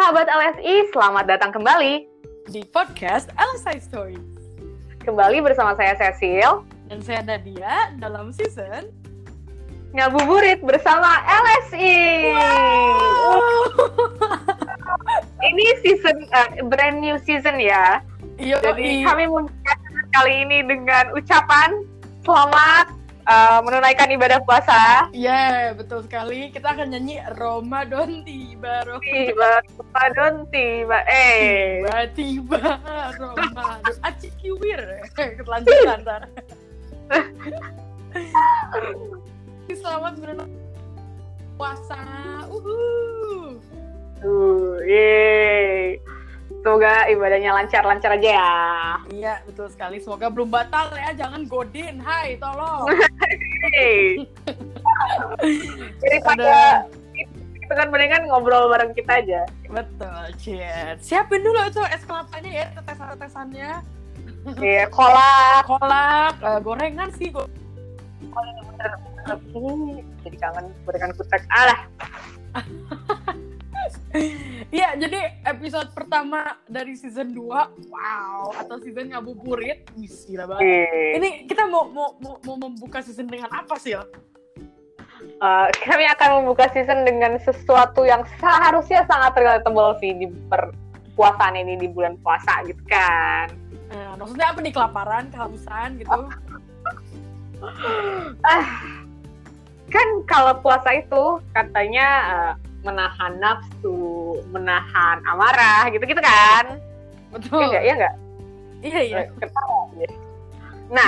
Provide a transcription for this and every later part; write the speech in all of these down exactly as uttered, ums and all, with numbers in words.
sahabat L S I, selamat datang kembali di podcast L S I Story. Kembali bersama saya Cecil Dan saya Nadia dalam season Ngabuburit bersama L S I. wow. Ini season uh, brand new season ya. Yo, Jadi i- kami memulai kali ini dengan ucapan selamat uh, menunaikan ibadah puasa. Ya, yeah, betul sekali. Kita akan nyanyi Ramadan tiba, Tiba, Ramadan tiba, eh. tiba, tiba, Ramadan. Acik kiwir, kelanjutan ntar. Selamat menunaikan puasa. Uhuh. Uh, yeay. Semoga ibadahnya lancar-lancar aja ya. Iya, betul sekali. Semoga belum batal ya. Jangan godin. Hai, tolong. Hey. Daripada itu kan mendingan ngobrol bareng kita aja. Betul, Ciet. Siapin dulu itu es kelapanya ya, tetesan-tetesannya. Iya, kolak. Kolak, uh, gorengan sih. Go- Ini jadi kangen gorengan kutek. Alah. Iya, jadi episode pertama dari season dua, wow, atau season ngabuburit, wis gila banget. Iya. Ini kita mau mau mau, mau membuka season dengan apa sih ya? Uh, kami akan membuka season dengan sesuatu yang seharusnya sangat relatable sih di perpuasaan ini di bulan puasa gitu kan. Eh, maksudnya apa nih, kelaparan, kehausan gitu? Ah, kan kalau puasa itu katanya uh, menahan nafsu, menahan amarah gitu-gitu kan? Betul. Iya nggak? Iya nggak? Iya iya. Ketawa ya. Nah,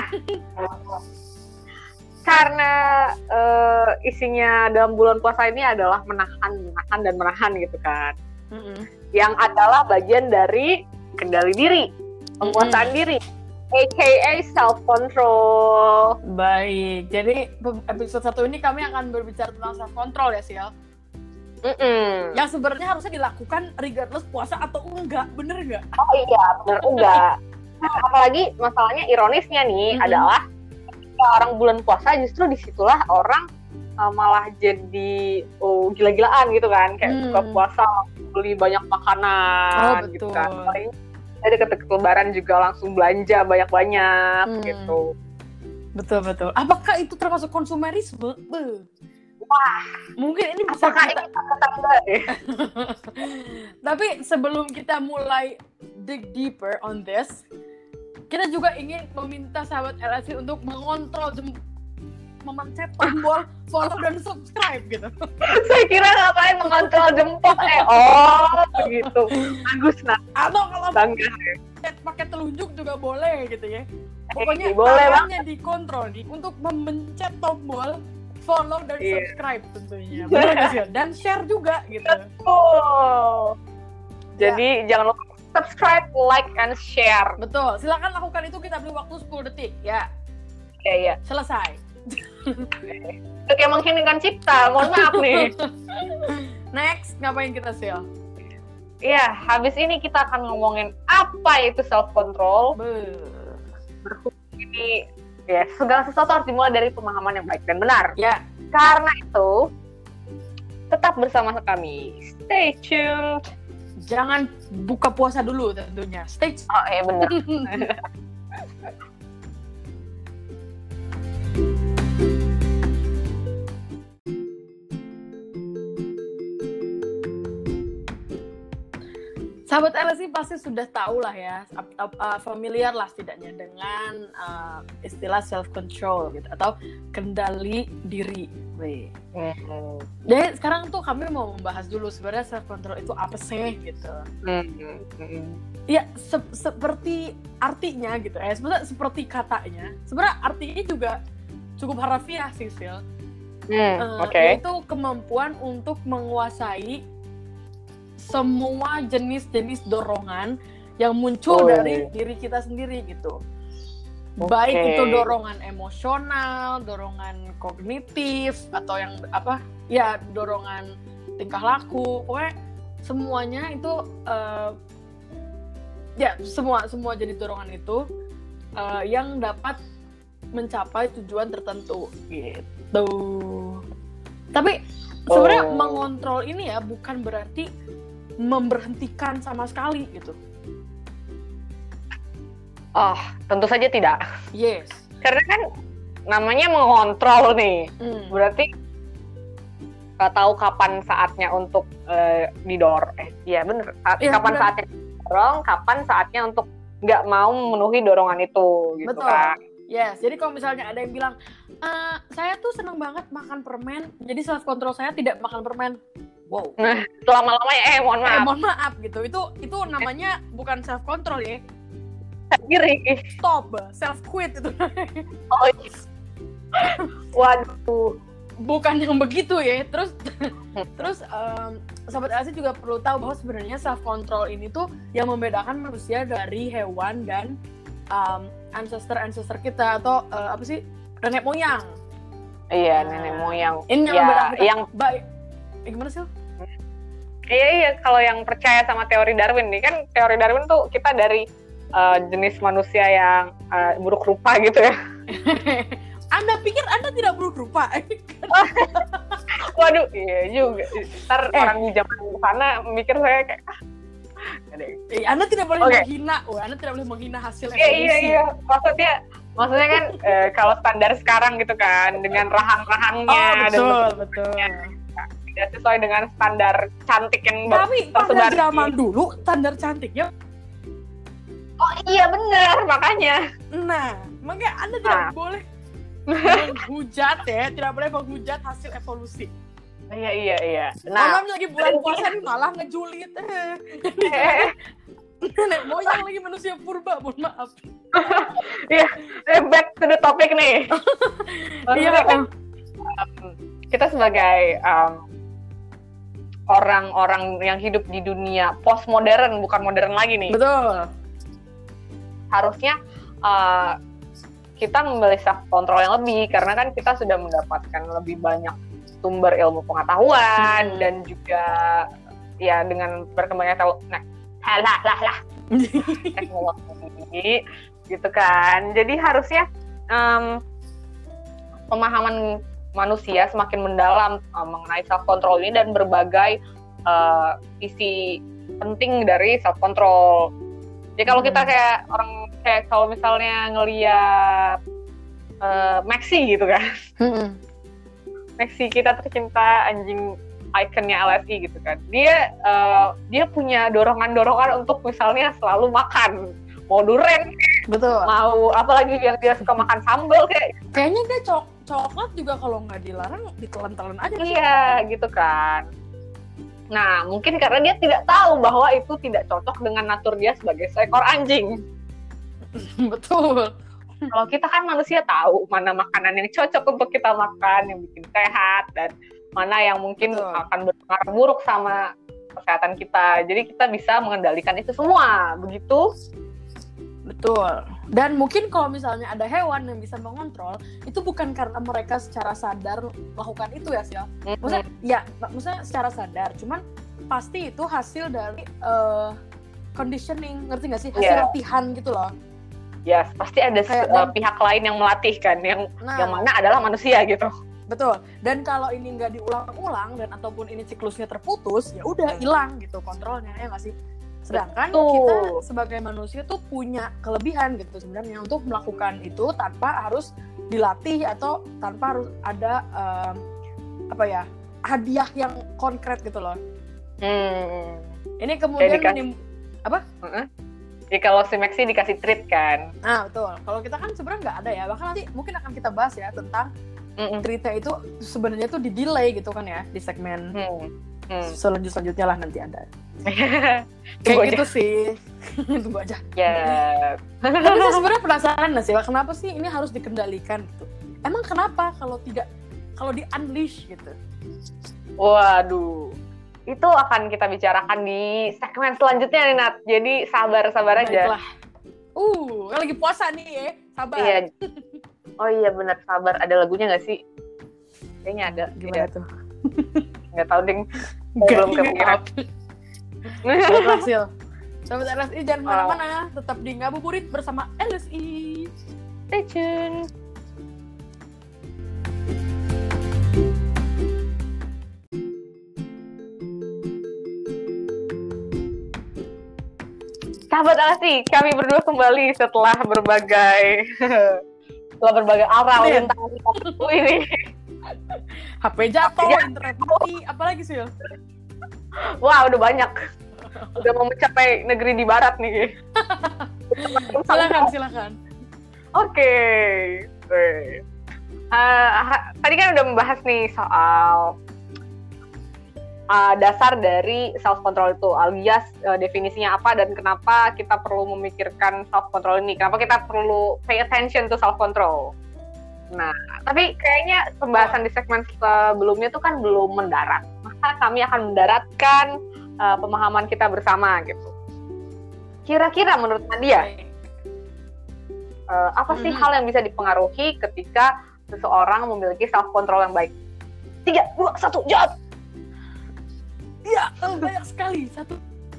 karena uh, isinya dalam bulan puasa ini adalah menahan, menahan dan menahan gitu kan, Mm-mm. yang adalah bagian dari kendali diri, penguasaan Mm-mm. diri, aka self control. Baik, jadi episode satu ini kami akan berbicara tentang self control ya, Sil. Mm-mm. Yang sebenarnya harusnya dilakukan regardless puasa atau enggak, bener nggak? Oh iya, benar enggak. Nah, apalagi masalahnya ironisnya nih Mm-mm. adalah ketika orang bulan puasa justru disitulah orang uh, malah jadi oh, gila-gilaan gitu kan, kayak Hmm. buka puasa beli banyak makanan Oh, gitu betul. kan. Paling ada deket lebaran juga langsung belanja banyak-banyak Hmm. gitu. Betul betul. Apakah itu termasuk konsumerisme? Beuh. Wah, Mungkin ini bisa apakah kita. ini tetangga ya? Tapi sebelum kita mulai dig deeper on this, kita juga ingin meminta sahabat L S I untuk mengontrol jem- memencet tombol follow dan subscribe gitu. Saya kira ngapain mengontrol jempol eh oh begitu. Bagus nah, Atau kalau bangga. mencet pakai telunjuk juga boleh gitu ya. Pokoknya Eh, boleh tangannya dikontrol nih untuk memencet tombol follow dan Iya. subscribe tentunya. Benar nggak sih? Dan share juga gitu. Oh. Jadi jangan lupa subscribe, like, and share. Betul. Silakan lakukan itu, kita beri waktu sepuluh detik ya. Ya ya. Selesai. Untuk yang mengheningkan cipta, mohon maaf nih. Next, ngapain kita, Sil? Iya, habis ini kita akan ngomongin apa itu self control. Beuh. Berhubung ini ya segala sesuatu harus dimulai dari pemahaman yang baik dan benar. Ya, Karena itu tetap bersama kami. Stay tuned. jangan buka puasa dulu tentunya. Stay tune. Oh iya benar. Sahabat L S I pasti sudah tahu lah ya, ap- ap- uh, familiar lah setidaknya dengan uh, istilah self control gitu atau kendali diri. Weh. Hmm. Jadi sekarang tuh kami mau membahas dulu sebenarnya self control itu apa sih gitu. Hmm. Hmm. Ya se- seperti artinya gitu ya, sebenarnya seperti katanya. Sebenarnya artinya juga cukup harfiah sih, Sil. Hmm. Uh, Oke. Yaitu kemampuan untuk menguasai semua jenis-jenis dorongan yang muncul Oh. dari diri kita sendiri gitu. Oke. Baik itu dorongan emosional, dorongan kognitif, atau yang apa? Ya, dorongan tingkah laku. Pokoknya semuanya itu uh, ya semua semua jenis dorongan itu uh, yang dapat mencapai tujuan tertentu gitu. Tapi sebenarnya Oh. mengontrol ini ya bukan berarti memberhentikan sama sekali gitu. Oh, tentu saja tidak. Yes. Karena kan namanya mengontrol nih. Hmm. Berarti nggak tahu kapan saatnya untuk uh, didor. Eh, iya bener. Ya, kapan bener. saatnya dorong, kapan saatnya untuk nggak mau memenuhi dorongan itu, gitu. Betul. Kan. Yes. Jadi kalau misalnya ada yang bilang, e, saya tuh seneng banget makan permen, jadi self control saya tidak makan permen. Wow. Nah, lama-lamanya eh mohon maaf. Eh, mohon maaf gitu. Itu itu namanya bukan self control ya. Kiri. Stop, self quit itu. Oh, waduh. Bukan yang begitu ya. Terus terus um, Sobat L C juga perlu tahu bahwa sebenarnya self control ini tuh yang membedakan manusia dari hewan dan um, ancestor ancestor kita atau uh, apa sih, nenek moyang. Iya, nah, nenek moyang. Ini yang ya, membedakan kita. Yang baik. Eh, gimana sih? Iya iya, kalau yang percaya sama teori Darwin nih, kan teori Darwin tuh kita dari uh, jenis manusia yang uh, buruk rupa gitu ya. Anda pikir Anda tidak buruk rupa? Waduh, iya juga. Ntar eh. orang di zaman sana mikir saya kayak ah, eh, Anda tidak boleh okay. menghina, oh, Anda tidak boleh menghina hasil evolusi. Iya iya iya, maksudnya maksudnya kan eh, kalau standar sekarang gitu kan, dengan rahang-rahangnya oh, betul, dan betul. tidak sesuai dengan standar cantik yang tapi tersebar pada zaman di... dulu standar cantiknya. Oh iya benar, makanya. Nah, makanya Anda tidak nah. boleh menghujat ya, tidak boleh menghujat hasil evolusi. Iya iya iya. Nah, malam lagi bulan puasa nih malah ngejulit. Eh. Nenek moyang lagi manusia purba, mohon maaf. Iya, back to the topic nih. Iya kan, um, kita sebagai um, orang-orang yang hidup di dunia postmodern, bukan modern lagi nih. Betul. Harusnya uh, kita memilih self control yang lebih, karena kan kita sudah mendapatkan lebih banyak sumber ilmu pengetahuan hmm. dan juga ya dengan berkembangnya tel- nah, lah lah lah teknologi gitu kan. Jadi harusnya um, pemahaman manusia semakin mendalam um, mengenai self control ini dan berbagai uh, isi penting dari self control. Jadi kalau kita kayak orang kayak kalau misalnya ngeliat uh, Maxi gitu kan, mm-hmm. Maxi kita tercinta, anjing ikonnya L S I gitu kan, dia uh, dia punya dorongan-dorongan untuk misalnya selalu makan, mau duren, betul, mau apalagi yang dia suka makan sambal kayak. Kayaknya dia cok- coklat juga kalau nggak dilarang ditelan-telan aja. Iya gitu kan. Nah, mungkin karena dia tidak tahu bahwa itu tidak cocok dengan natur dia sebagai seekor anjing. Betul. Kalau kita kan manusia tahu mana makanan yang cocok untuk kita makan, yang bikin sehat, dan mana yang mungkin Betul. akan berpengaruh buruk sama kesehatan kita. Jadi kita bisa mengendalikan itu semua, begitu? Betul. Dan mungkin kalau misalnya ada hewan yang bisa mengontrol, itu bukan karena mereka secara sadar melakukan itu ya, Sil. Mm-hmm. Maksudnya, ya, maksudnya secara sadar. Cuman pasti itu hasil dari uh, conditioning, ngerti nggak sih? Hasil yeah. latihan gitu loh. Ya, yes, pasti ada Kayak, uh, dan, pihak lain yang melatih kan, yang nah, yang mana adalah manusia gitu. Betul. Dan kalau ini nggak diulang-ulang dan ataupun ini siklusnya terputus, ya udah hilang gitu kontrolnya, ya nggak sih? Sedangkan Betul. kita sebagai manusia tuh punya kelebihan gitu sebenarnya untuk melakukan itu tanpa harus dilatih atau tanpa harus ada um, apa ya hadiah yang konkret gitu loh. Hmm. Ini kemudian dikasih, menim- apa? Uh-uh. Ya kalau si Maxi dikasih treat kan. Nah betul. Kalau kita kan sebenarnya nggak ada ya. Bahkan nanti mungkin akan kita bahas ya tentang Mm-mm. treatnya itu sebenarnya tuh di delay gitu kan ya di segmen. Hmm. Hmm. Selanjut selanjutnya lah nanti ada. Kayak gitu aja. Sih. Tunggu aja. Ya. Yeah. Tapi saya sebenarnya penasaran sih, kenapa sih ini harus dikendalikan gitu? Emang kenapa kalau tidak kalau di unleash gitu? Waduh. Itu akan kita bicarakan di segmen selanjutnya nih, Nat. Jadi sabar-sabar aja. Baiklah. Uh, lagi puasa nih ya. Sabar. Iya. Oh iya benar, sabar. Ada lagunya nggak sih? Kayaknya ada. Gimana ya. tuh? Nggak tahu ding, belum kepikiran. Berhasil. Sobat L S I jangan kemana-mana, tetap di Ngabuburit bersama L S I. Stay tune. Sahabat L S I, kami berdua kembali setelah berbagai setelah berbagai aral Iya. tentang kita ini. H P jatuh, Ya. internet mati, apalagi sih? Wah, udah banyak. Udah mau mencapai negeri di barat nih. Silakan, silakan. Oke. Oke. Eh, ha- tadi kan udah membahas nih soal uh, dasar dari self control itu, alias uh, definisinya apa dan kenapa kita perlu memikirkan self control ini, kenapa kita perlu pay attention to self control. Nah, tapi kayaknya pembahasan di segmen sebelumnya itu kan belum mendarat, maka kami akan mendaratkan uh, pemahaman kita bersama gitu. Kira-kira menurut Nadia, uh, apa sih Mhm. hal yang bisa dipengaruhi ketika seseorang memiliki self control yang baik? Tiga, dua, satu, jawab. Iya, oh, banyak sekali. Satu,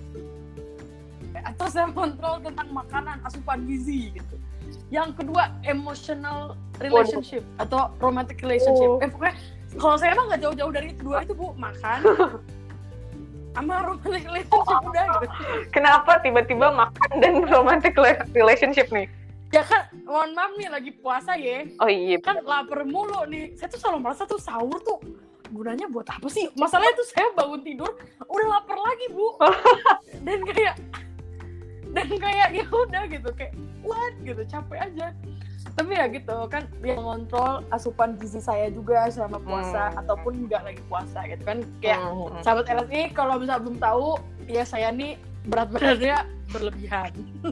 atau saya kontrol tentang makanan, asupan gizi gitu. Yang kedua, emotional relationship atau romantic relationship. Oh. Eh pokoknya kalau saya emang nggak jauh-jauh dari itu dua itu, Bu, makan sama romantic relationship udah gitu. Kenapa tiba-tiba makan dan romantic relationship nih? Ya kan, mohon maaf nih lagi puasa ya. Oh iya. Kan lapar mulu nih. Saya tuh selalu merasa tuh sahur tuh gunanya buat apa sih? Masalahnya tuh saya bangun tidur udah lapar lagi, Bu. Dan kayak dan kayak ya udah gitu, kayak what gitu, capek aja. Tapi ya gitu kan, dia mengontrol asupan gizi saya juga selama puasa Hmm. ataupun nggak lagi puasa gitu kan. Kayak Hmm. sahabat L S I kalau misalnya belum tahu, ya saya nih berat badannya berlebihan.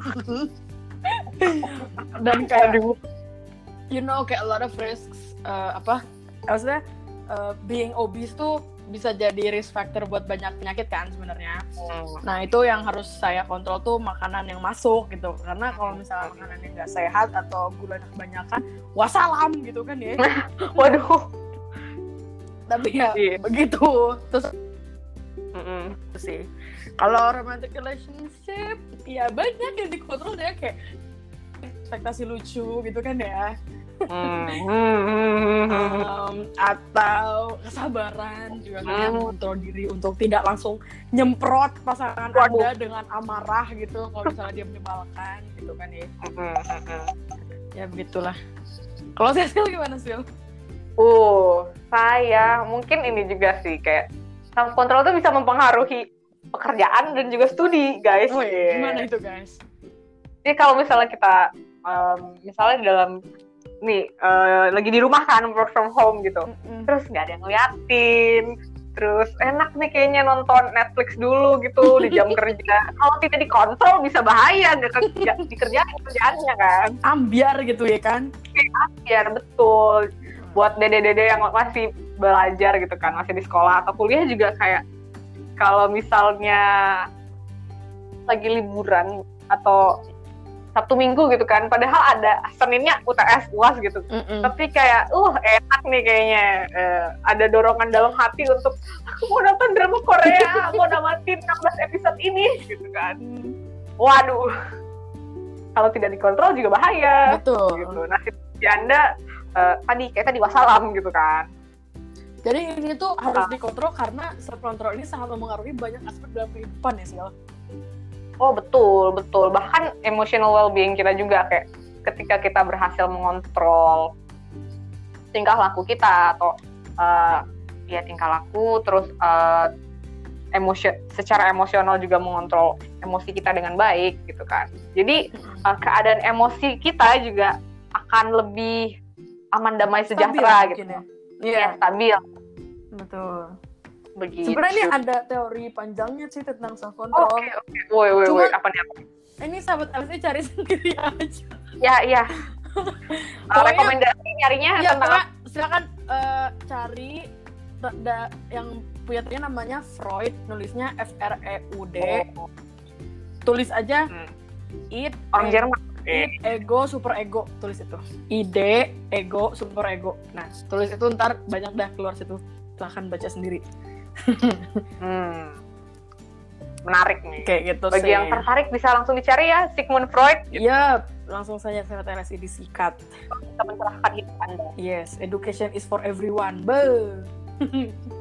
Dan kayak Aduh. you know kayak a lot of risks, uh, apa maksudnya uh, being obese tuh bisa jadi risk factor buat banyak penyakit kan sebenarnya. Hmm. Nah itu yang harus saya kontrol tuh makanan yang masuk gitu, karena kalau misalnya makanan yang nggak sehat atau gulanya kebanyakan, wassalam gitu kan ya. Waduh. Tapi ya Iya. begitu. Terus Mm-mm. sih kalau romantic relationship ya banyak yang dikontrol ya, kayak ekspektasi lucu gitu kan ya. Hmm. Hmm. Um, atau kesabaran juga kan, Hmm. mengontrol diri untuk tidak langsung nyemprot pasangan Waduh. Anda dengan amarah gitu kalau misalnya dia menyebalkan gitu kan ya. Hmm. Ya begitulah. Kalau saya sih gimana sih? Uh, saya mungkin ini juga sih, kayak self control itu bisa mempengaruhi pekerjaan dan juga studi, guys. Oh iya, gimana itu guys? Jadi kalau misalnya kita um, misalnya dalam nih uh, lagi di rumah kan, work from home gitu, Mm-mm. terus nggak ada yang ngeliatin, terus enak nih kayaknya nonton Netflix dulu gitu di jam kerja. Kalau tidak dikontrol bisa bahaya, nggak kerja dikerjain kerjaannya kan. Ambiar gitu ya kan? Biar betul buat dede-dede yang masih belajar gitu kan, masih di sekolah atau kuliah juga, kayak kalau misalnya lagi liburan atau Sabtu Minggu gitu kan, padahal ada Seninnya U T S U A S gitu. Mm-mm. Tapi kayak, uh enak nih kayaknya, uh, ada dorongan dalam hati untuk aku mau nonton drama Korea, mau namatin enam belas episode ini gitu kan. Waduh, kalau tidak dikontrol juga bahaya. Betul. Gitu. Nasib si Anda uh, tadi kayak tadi wassalam gitu kan. Jadi ini tuh harus Ah. dikontrol karena self control ini sangat mempengaruhi banyak aspek dalam kehidupan ya, Sil. Oh betul, betul. Bahkan emotional well-being kita juga, kayak ketika kita berhasil mengontrol tingkah laku kita atau uh, ya tingkah laku, terus uh, emosi, secara emosional juga mengontrol emosi kita dengan baik gitu kan. Jadi uh, keadaan emosi kita juga akan lebih aman, damai, sejahtera Stabil gitu. mungkin ya. Iya, Iya, stabil betul. begitu. Sebenarnya ini ada teori panjangnya sih tentang self control. Oke, oke. Woi, woi, woi, Cuman- apa nih? Apa? Ini sahabat L S I cari sendiri aja. Ya, ya. Uh, Pokoknya- rekomendasi nyarinya Ya, tentang pokoknya silakan uh, cari da- da- yang punya teorinya namanya Freud, nulisnya F R E U D. Oh, Tulis aja hmm. id orang ego, Jerman. id ego super ego, tulis itu. Id ego super ego. Nah, tulis itu ntar banyak dah keluar situ. Silahkan baca sendiri. Hmm. Menarik nih. Kayak gitu Bagi sih. yang tertarik bisa langsung dicari ya, Sigmund Freud. Iya, langsung saja sahabat L S I disikat. Bisa mencerahkan hidup Anda. Yes, education is for everyone. Be.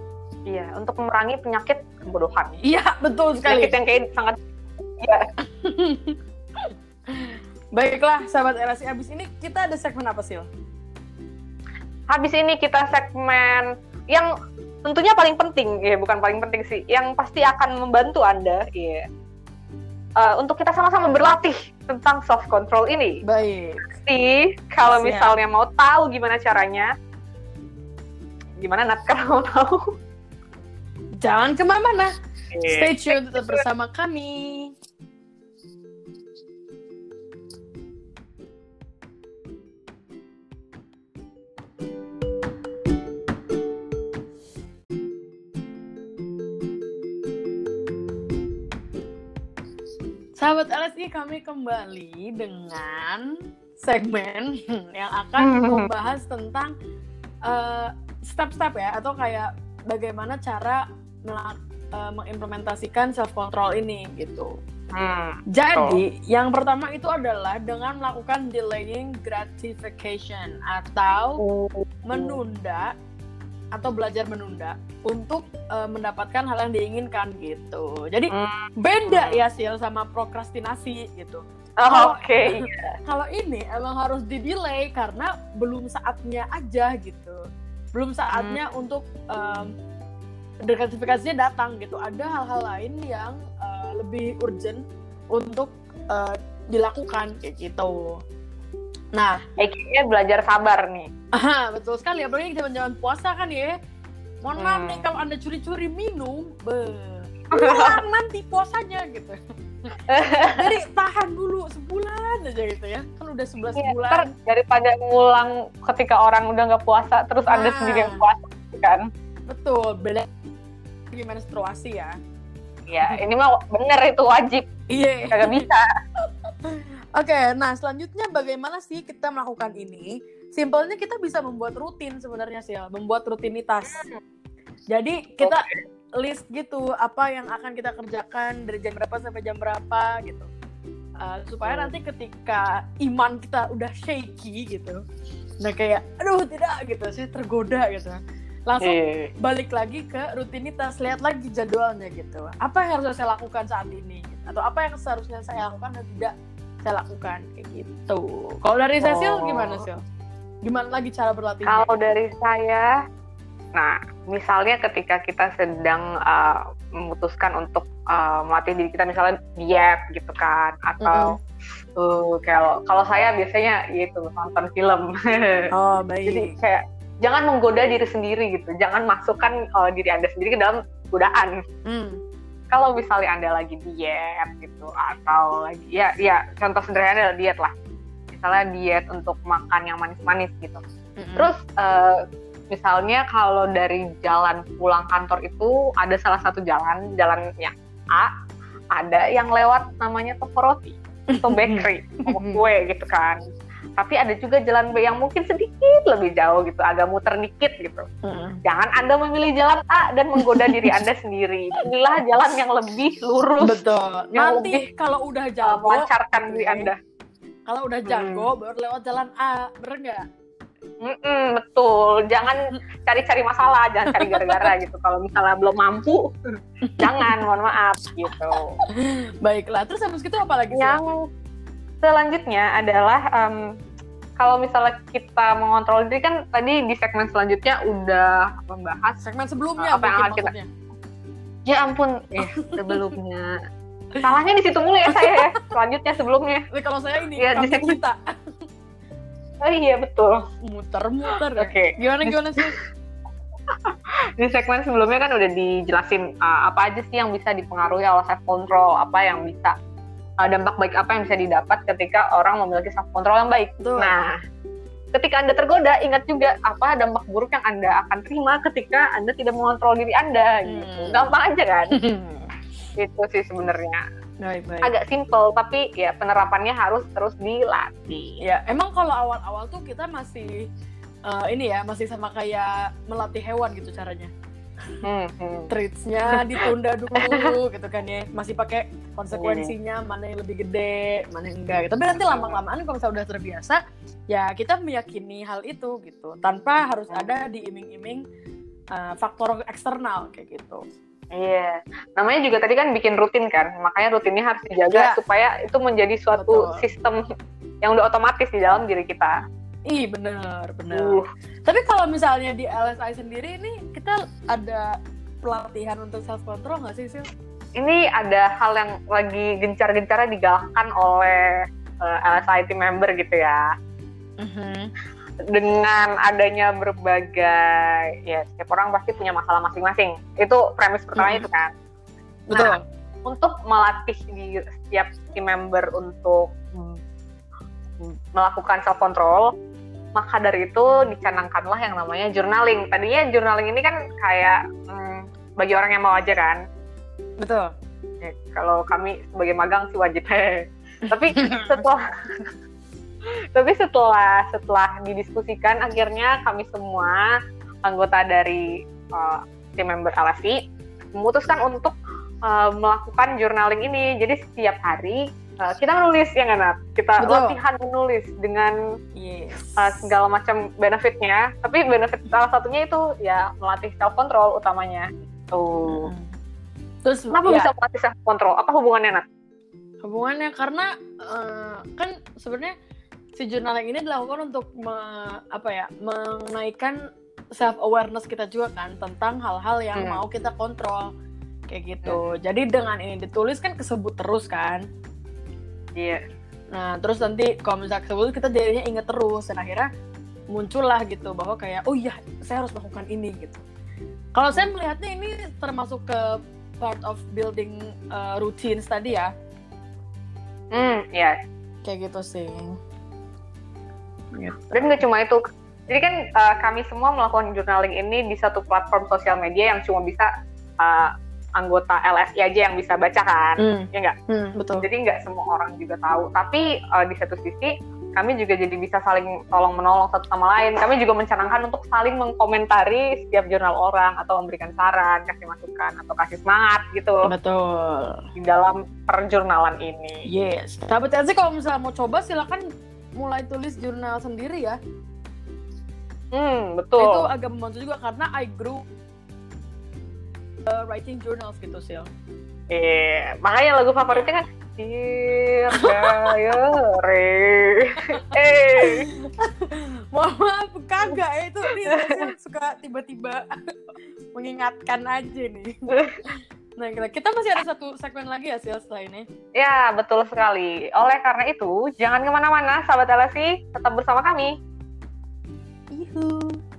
Iya, untuk memerangi penyakit kebodohan. Iya, betul sekali. Penyakit yang kayak sangat iya. Baiklah, sahabat L S I, abis ini kita ada segmen apa sih? Habis ini kita segmen yang tentunya paling penting, ya bukan paling penting sih, yang pasti akan membantu Anda, ya, uh, untuk kita sama-sama berlatih tentang self control ini. Baik. Jadi kalau Siap. misalnya mau tahu gimana caranya, gimana Nat kalau mau tahu? Jangan kemana-mana. Yeah. Stay tune tetap bersama kami. Sahabat L S I, kami kembali dengan segmen yang akan membahas tentang uh, step-step ya, atau kayak bagaimana cara melak- uh, mengimplementasikan self control ini gitu. Hmm, Jadi betul. Yang pertama itu adalah dengan melakukan delaying gratification atau oh. menunda atau belajar menunda untuk uh, mendapatkan hal yang diinginkan gitu. Jadi hmm. beda ya Sil sama prokrastinasi gitu. Oh, Oke. Okay. Kalau ini emang harus di-delay karena belum saatnya aja gitu. Belum saatnya hmm. untuk um, gratifikasinya datang gitu. Ada hal-hal lain yang uh, lebih urgent untuk uh, dilakukan kayak gitu. Nah, kayaknya belajar sabar nih. Aha, betul sekali, apalagi zaman-zaman puasa kan ya. Mohon maaf hmm. nih kalau Anda curi-curi minum, pulang nanti puasanya gitu. Jadi tahan dulu sebulan aja gitu ya. Kan udah sebelas ya, bulan. Daripada ngulang ketika orang udah nggak puasa, terus nah. Anda sendiri yang puasa kan. Betul, beda gimana menstruasi ya. Ya, ini mah bener itu wajib. Iya. Kagak bisa. Oke, okay, nah selanjutnya bagaimana sih kita melakukan ini? Simpelnya kita bisa membuat rutin sebenarnya sih, membuat rutinitas. Jadi kita okay. list gitu apa yang akan kita kerjakan dari jam berapa sampai jam berapa gitu, uh, supaya hmm. nanti ketika iman kita udah shaky gitu, nah kayak aduh tidak gitu, saya tergoda gitu, langsung hey. balik lagi ke rutinitas, lihat lagi jadwalnya gitu, apa yang harus saya lakukan saat ini, gitu. Atau apa yang seharusnya saya lakukan dan tidak saya lakukan kayak gitu. Kalau dari Cecil oh. gimana Sil? Gimana lagi cara berlatih? Kalau dari saya, nah misalnya ketika kita sedang uh, memutuskan untuk uh, melatih diri kita, misalnya diet gitu kan, atau mm-hmm. uh, kalau kalau saya biasanya gitu nonton film. Oh baik. Jadi kayak jangan menggoda diri sendiri gitu, jangan masukkan uh, diri Anda sendiri ke dalam godaan. Mm. Kalau misalnya Anda lagi diet gitu, atau lagi ya ya contoh sederhana adalah diet lah, misalnya diet untuk makan yang manis-manis gitu. Mm-hmm. Terus uh, misalnya kalau dari jalan pulang kantor itu ada salah satu jalan, jalannya A, ada yang lewat namanya toko roti atau bakery, toko kue gitu kan. Tapi ada juga jalan B yang mungkin sedikit lebih jauh gitu, agak muter dikit gitu. Mm. Jangan Anda memilih jalan A dan menggoda diri Anda sendiri. Pilihlah jalan yang lebih lurus. Betul. Yang nanti kalau udah jago, melancarkan okay. diri Anda. Kalau udah jago, mm. baru lewat jalan A, bener nggak? Mm-mm, betul. Jangan cari-cari masalah, jangan cari gara-gara gitu. Kalau misalnya belum mampu, jangan, mohon maaf gitu. Baiklah. Terus habis itu apa lagi? Yang selanjutnya adalah um, kalau misalnya kita mengontrol diri, kan tadi di segmen selanjutnya udah membahas segmen sebelumnya uh, apa yang akan kita. Ya ampun, eh sebelumnya. Salahnya di situ mulu ya saya ya. Selanjutnya sebelumnya. Jadi kalau saya ini ya, di segmen kita. Oh iya betul. Muter-muter. Oke. Okay. Gimana gimana sih? Di segmen sebelumnya kan udah dijelasin uh, apa aja sih yang bisa dipengaruhi oleh self control, apa yang bisa uh, dampak baik apa yang bisa didapat ketika orang memiliki self control yang baik. Betul. Nah, ketika Anda tergoda, ingat juga apa dampak buruk yang Anda akan terima ketika Anda tidak mengontrol diri Anda. Hmm. Gitu. Gampang aja kan? Itu sih sebenarnya. Baik, baik. Agak simple, tapi ya penerapannya harus terus dilatih. Ya, emang kalau awal-awal tuh kita masih uh, ini ya, masih sama kayak melatih hewan gitu caranya. Hmm, hmm. Treats-nya ditunda dulu gitu kan ya, masih pakai konsekuensinya, mana yang lebih gede, mana yang enggak. Tapi nanti lama-lamaan kalau misalnya udah terbiasa, ya kita meyakini hal itu gitu, tanpa harus ada diiming-iming uh, faktor eksternal kayak gitu. Iya, namanya juga tadi kan bikin rutin kan, makanya rutinnya harus dijaga Ya. supaya itu menjadi suatu Betul. sistem yang udah otomatis di dalam diri kita. Ih, bener, bener. Uh, Tapi kalau misalnya di L S I sendiri ini kita ada pelatihan untuk self control nggak sih, Sil? ini ada hal yang lagi gencar-gencarnya digalakkan oleh uh, L S I team member gitu ya. Dengan adanya berbagai, ya setiap orang pasti punya masalah masing-masing. Itu premis pertamanya Mhm. itu kan. Betul. Nah, untuk melatih di setiap team member untuk mm, melakukan self control, maka dari itu dicanangkanlah yang namanya journaling. Tadinya journaling ini kan kayak mm, bagi orang yang mau aja kan. Betul. Ya, kalau kami sebagai magang sih wajib. Tapi setelah tapi setelah setelah didiskusikan, akhirnya kami semua anggota dari uh, tim member L S I memutuskan untuk uh, melakukan journaling ini. Jadi setiap hari uh, kita menulis, ya nggak Nat? Kita Betul. latihan menulis dengan Yes. uh, segala macam benefitnya. Tapi benefit salah satunya itu ya melatih self control utamanya. Tuh. Mm. Terus Kenapa ya, bisa melatih self control? Apa hubungannya, Nat? hubungannya karena uh, kan sebenarnya si journaling ini dilakukan untuk me- apa ya menaikkan self awareness kita juga kan tentang hal-hal yang Hmm. mau kita kontrol kayak gitu. Jadi dengan ini ditulis kan kesebut terus kan. Iya. Nah terus nanti kalau misalnya kesebut kita jadinya inget terus dan akhirnya muncullah gitu bahwa kayak oh iya saya harus melakukan ini gitu. Kalau saya melihatnya ini termasuk ke part of building uh, routines tadi ya. Hmm, ya. Kayak gitu sih. Gitu. Dan nggak cuma itu. Jadi kan uh, kami semua melakukan journaling ini di satu platform sosial media yang cuma bisa uh, anggota L S I aja yang bisa baca kan, Hmm. ya nggak? Hmm, betul. Jadi nggak semua orang juga tahu. Tapi uh, di satu sisi kami juga jadi bisa saling tolong menolong satu sama lain. Kami juga mencanangkan untuk saling mengkomentari setiap jurnal orang atau memberikan saran, kasih masukan atau kasih semangat gitu Betul. di dalam perjurnalan ini. Yes. Sahabat L S I kalau misalnya mau coba silakan mulai tulis jurnal sendiri ya. Hmm, Itu betul. agak membantu juga karena I grew uh, writing journals gitu sih. Eh, makanya lagu favoritnya kan Dear Diary. eh, Mohon maaf kagak ya itu nih saya suka tiba-tiba mengingatkan aja nih. Nah kita masih ada satu segmen lagi ya Sil setelah ini. ya betul sekali. Oleh karena itu, jangan kemana-mana, sahabat L S I, tetap bersama kami. Ihu.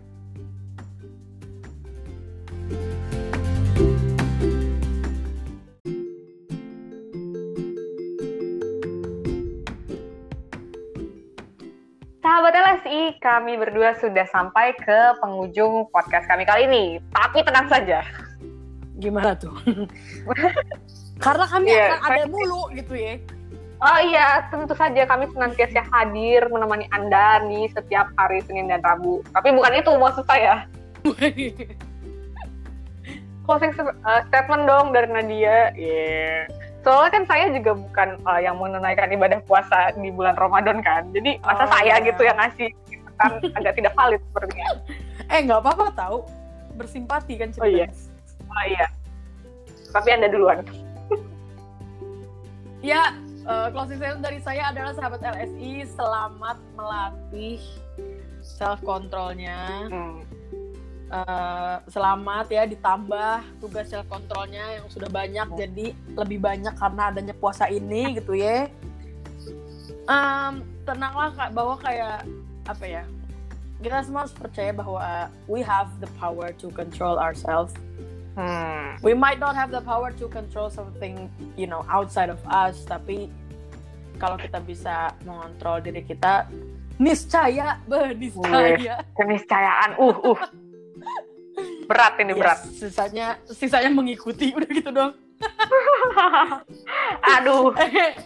Sahabat L S I, kami berdua sudah sampai ke penghujung podcast kami kali ini. Tapi tenang saja. Gimana tuh? Karena kami Iya, akan ada mulu gitu ya. Oh iya, tentu saja kami senantiasa hadir menemani Anda nih setiap hari Senin dan Rabu. Tapi bukan itu maksud saya. Closing uh, statement dong dari Nadia. Yeah. Soalnya kan saya juga bukan uh, yang menunaikan ibadah puasa di bulan Ramadan kan. Jadi masa Oh, saya iya. gitu yang ngasih kan agak tidak valid sepertinya. Eh nggak apa-apa tahu bersimpati kan Oh iya. Oh iya. Tapi Anda duluan. Ya, uh, closing statement dari saya adalah sahabat L S I selamat melatih self controlnya. Hmm. Uh, selamat ya ditambah tugas self controlnya yang sudah banyak Hmm. jadi lebih banyak karena adanya puasa ini gitu ya. Um, tenanglah Kak, bahwa kayak apa ya? Kita semua harus percaya bahwa we have the power to control ourselves. Hmm. We might not have the power to control something, you know, outside of us, tapi kalau kita bisa mengontrol diri kita, niscaya, beh, niscaya. Keniscayaan. Uh, uh. Berat ini, Yes, berat. sisanya, sisanya mengikuti, udah gitu dong. Aduh.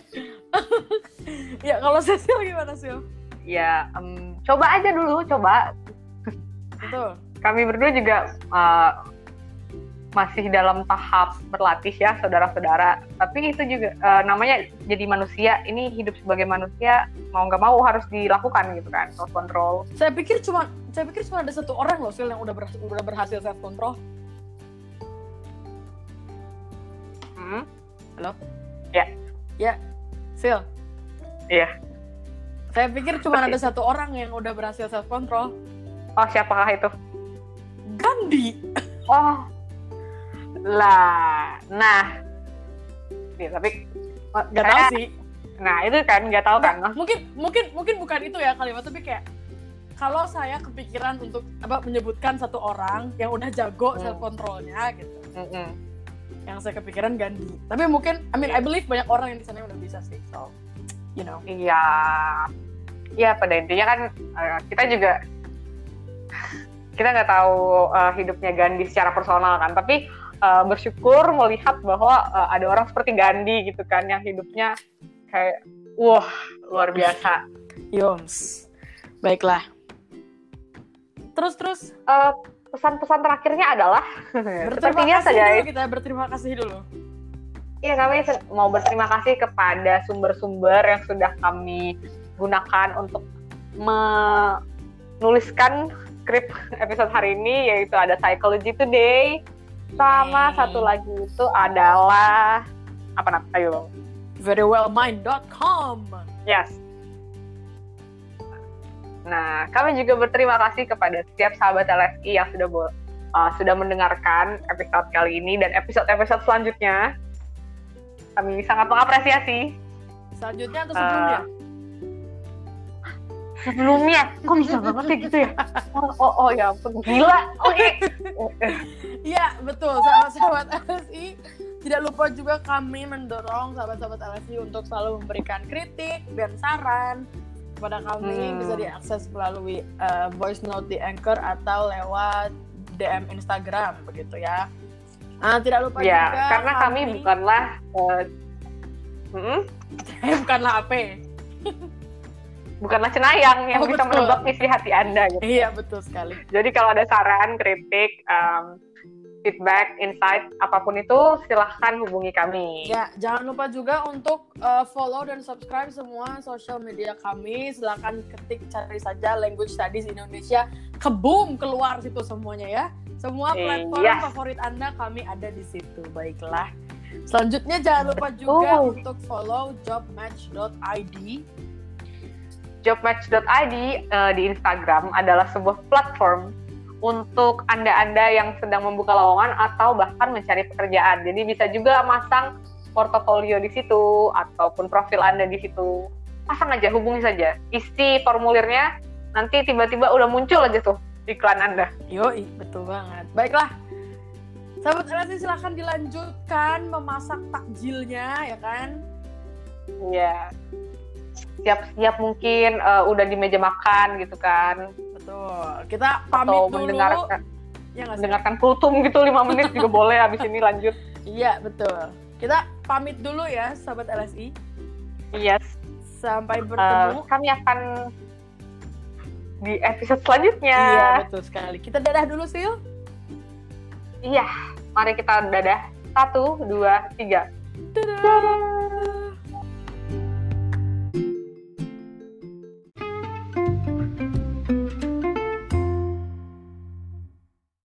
Ya, kalau Cecil gimana sih? Ya, em, coba aja dulu, coba. Betul. Kami berdua juga uh, masih dalam tahap berlatih ya, saudara-saudara. Tapi itu juga uh, namanya jadi manusia. Ini hidup sebagai manusia, mau nggak mau harus dilakukan gitu kan, self control. Saya pikir cuma, saya pikir cuma ada satu orang loh, Sil, yang udah berhasil, udah berhasil self control. Halo? Ya. Ya, Sil. Iya. Saya pikir cuma ada satu orang yang udah berhasil self control. Oh, siapakah itu? Gandhi. Oh, lah, nah, ya, tapi Gak tahu sih. Nah itu kan nggak tahu kan? Nggak, mungkin mungkin mungkin bukan itu ya kalimat, tapi kayak kalau saya kepikiran untuk apa menyebutkan satu orang yang udah jago hmm. self controlnya gitu, mm-hmm. yang saya kepikiran Gandhi. Tapi mungkin, I mean, I believe banyak orang yang di sana yang udah bisa sih, so you know. Iya, iya pada intinya kan uh, kita juga kita nggak tahu uh, hidupnya Gandhi secara personal kan, tapi uh, bersyukur melihat bahwa uh, ada orang seperti Gandhi gitu kan yang hidupnya kayak wah luar biasa. Yoms, baiklah. Terus terus uh, pesan-pesan terakhirnya adalah berterima kasih dulu, kita berterima kasih dulu. Iya, kami mau berterima kasih kepada sumber-sumber yang sudah kami gunakan untuk menuliskan skrip episode hari ini, yaitu ada Psychology Today, sama hey. satu lagi itu adalah apa namanya? Ayo. verywellmind dot com. Yes. Nah, kami juga berterima kasih kepada setiap sahabat L S I yang sudah uh, sudah mendengarkan episode kali ini dan episode-episode selanjutnya. Kami sangat mengapresiasi. Selanjutnya atau sebelumnya? Uh, sebelumnya, kok bisa banget ya gitu ya? Oh, oh, oh ya ampun, gila. Oke. Iya, betul. Sahabat-sahabat L S I, tidak lupa juga kami mendorong sahabat-sahabat L S I untuk selalu memberikan kritik dan saran kepada kami. Hmm. Bisa diakses melalui uh, voice note di Anchor atau lewat D M Instagram, begitu ya. Ah, tidak lupa ya, juga karena kami, kami bukanlah uh, hmm? bukanlah apa? Bukanlah cenayang yang oh, bisa betul. menebak isi hati Anda gitu. Iya, betul sekali. Jadi kalau ada saran, kritik, um, feedback, insight, apapun itu silahkan hubungi kami. Ya, jangan lupa juga untuk uh, follow dan subscribe semua sosial media kami. Silahkan ketik, cari saja Language Studies Indonesia. Keboom, keluar situ semuanya ya. Semua platform yes. favorit Anda kami ada di situ. Baiklah. Selanjutnya jangan lupa juga oh. untuk follow jobmatch dot i d. jobmatch dot i d uh, di Instagram adalah sebuah platform untuk Anda-Anda yang sedang membuka lowongan atau bahkan mencari pekerjaan. Jadi bisa juga masang portofolio di situ ataupun profil Anda di situ. Pasang aja, hubungi saja. Isi formulirnya, nanti tiba-tiba udah muncul aja tuh iklan Anda. Yoi, betul banget. Baiklah, sahabat L S I silahkan dilanjutkan memasak takjilnya, ya kan? Iya. Siap-siap mungkin uh, udah di meja makan gitu kan. Betul. Kita pamit atau dulu. Mendengarkan, ya mendengarkan kultum gitu lima menit juga boleh, habis ini lanjut. Iya, betul. Kita pamit dulu ya, sahabat L S I. Yes. Sampai bertemu. Uh, kami akan di episode selanjutnya. Iya, betul sekali. Kita dadah dulu, Sil. Iya, mari kita dadah. Satu, dua, tiga. Dadah. Dadah.